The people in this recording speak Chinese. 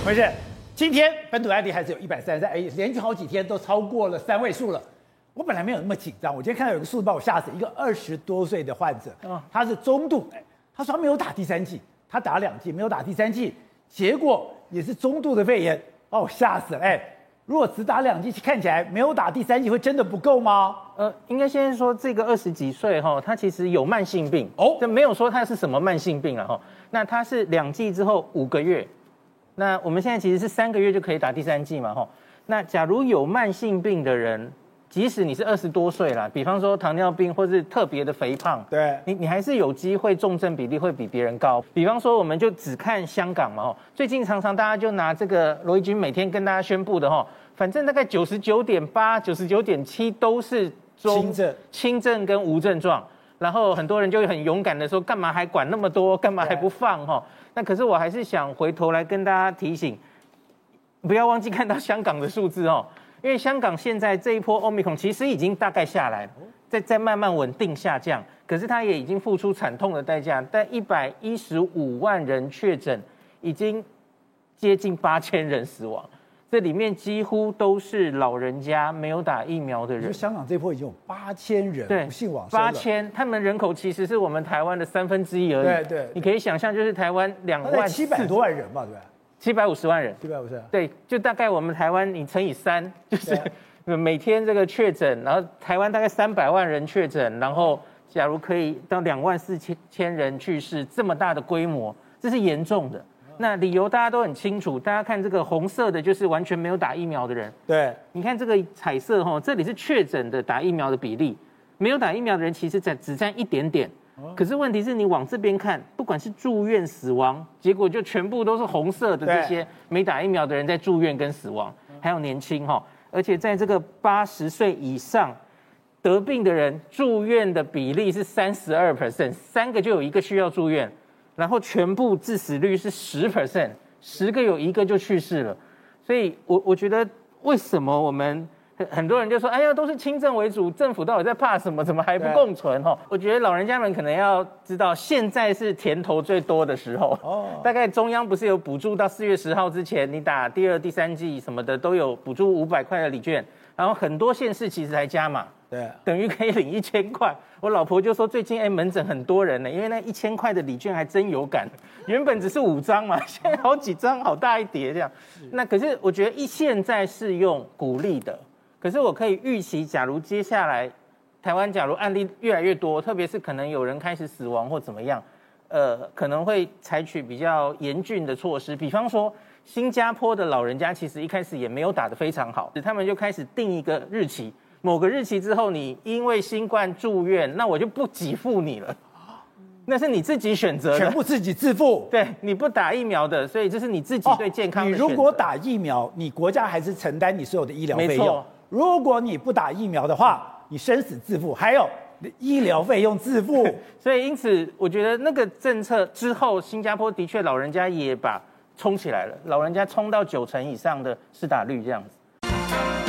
不是，今天本土案例还是有133，连续好几天都超过了3位数了。我本来没有那么紧张，我今天看到有个数字把我吓死，一个20多岁的患者，他是中度，他说他没有打第3剂，他打2剂，没有打第3剂，结果也是中度的肺炎，把我吓死了。如果只打2剂，看起来没有打第3剂会真的不够吗？ 应该先说这个20几岁他其实有慢性病就没有说他是什么慢性病了那他是2剂之后5个月。那我们现在其实是3个月就可以打第3剂嘛那假如有慢性病的人，即使你是20多岁啦，比方说糖尿病或是特别的肥胖， 对， 你还是有机会重症比例会比别人高。比方说，我们就只看香港嘛最近常常大家就拿这个罗毅军每天跟大家宣布的反正大概99.8、99.7都是轻症跟无症状。然后很多人就会很勇敢的说，干嘛还管那么多，干嘛还不放那可是我还是想回头来跟大家提醒，不要忘记看到香港的数字因为香港现在这一波 Omicron 其实已经大概下来了，在慢慢稳定下降，可是它也已经付出惨痛的代价，但115万人确诊，已经接近8000人死亡。这里面几乎都是老人家没有打疫苗的人。 香港这波已经有8000人不幸往生了。 8000，他们人口其实是我们台湾的1/3而已。对，你可以想象，就是台湾2万 700多万人吧，对吧 ？750万人。 750。 对，就大概我们台湾你乘以3，就是每天这个确诊，然后台湾大概300万人确诊，然后假如可以到2万4千人去世，这么大的规模，这是严重的。那理由大家都很清楚，大家看这个红色的，就是完全没有打疫苗的人。 对， 你看这个彩色这里是确诊的打疫苗的比例，没有打疫苗的人其实只占一点点。可是问题是你往这边看，不管是住院死亡，结果就全部都是红色的这些没打疫苗的人在住院跟死亡，还有年轻而且在这个80岁以上得病的人住院的比例是32%，3个就有1个需要住院。然后全部致死率是10%，10个有1个就去世了，所以我觉得为什么我们很多人就说，哎呀，都是轻症为主，政府到底在怕什么？怎么还不共存？我觉得老人家们可能要知道，现在是甜头最多的时候。大概中央不是有补助到4月10号之前，你打第2、第3剂什么的都有补助500块的礼券，然后很多县市其实还加码。对，等于可以领1000块。我老婆就说最近门诊很多人呢，因为那1000块的礼券还真有感。原本只是5张嘛，现在好几张，好大一叠这样。那可是我觉得现在是用鼓励的，可是我可以预期，假如接下来台湾假如案例越来越多，特别是可能有人开始死亡或怎么样，可能会采取比较严峻的措施，比方说。新加坡的老人家其实一开始也没有打得非常好，他们就开始定一个日期，某个日期之后，你因为新冠住院，那我就不给付你了，那是你自己选择的， 全部自己自付。 对，你不打疫苗的，所以这是你自己对健康的选择。 你如果打疫苗，你国家还是承担你所有的医疗费用。没错，如果你不打疫苗的话，你生死自负，还有医疗费用自负。 所以因此，我觉得那个政策之后，新加坡的确老人家也把冲起来了，老人家冲到90%以上的施打率这样子。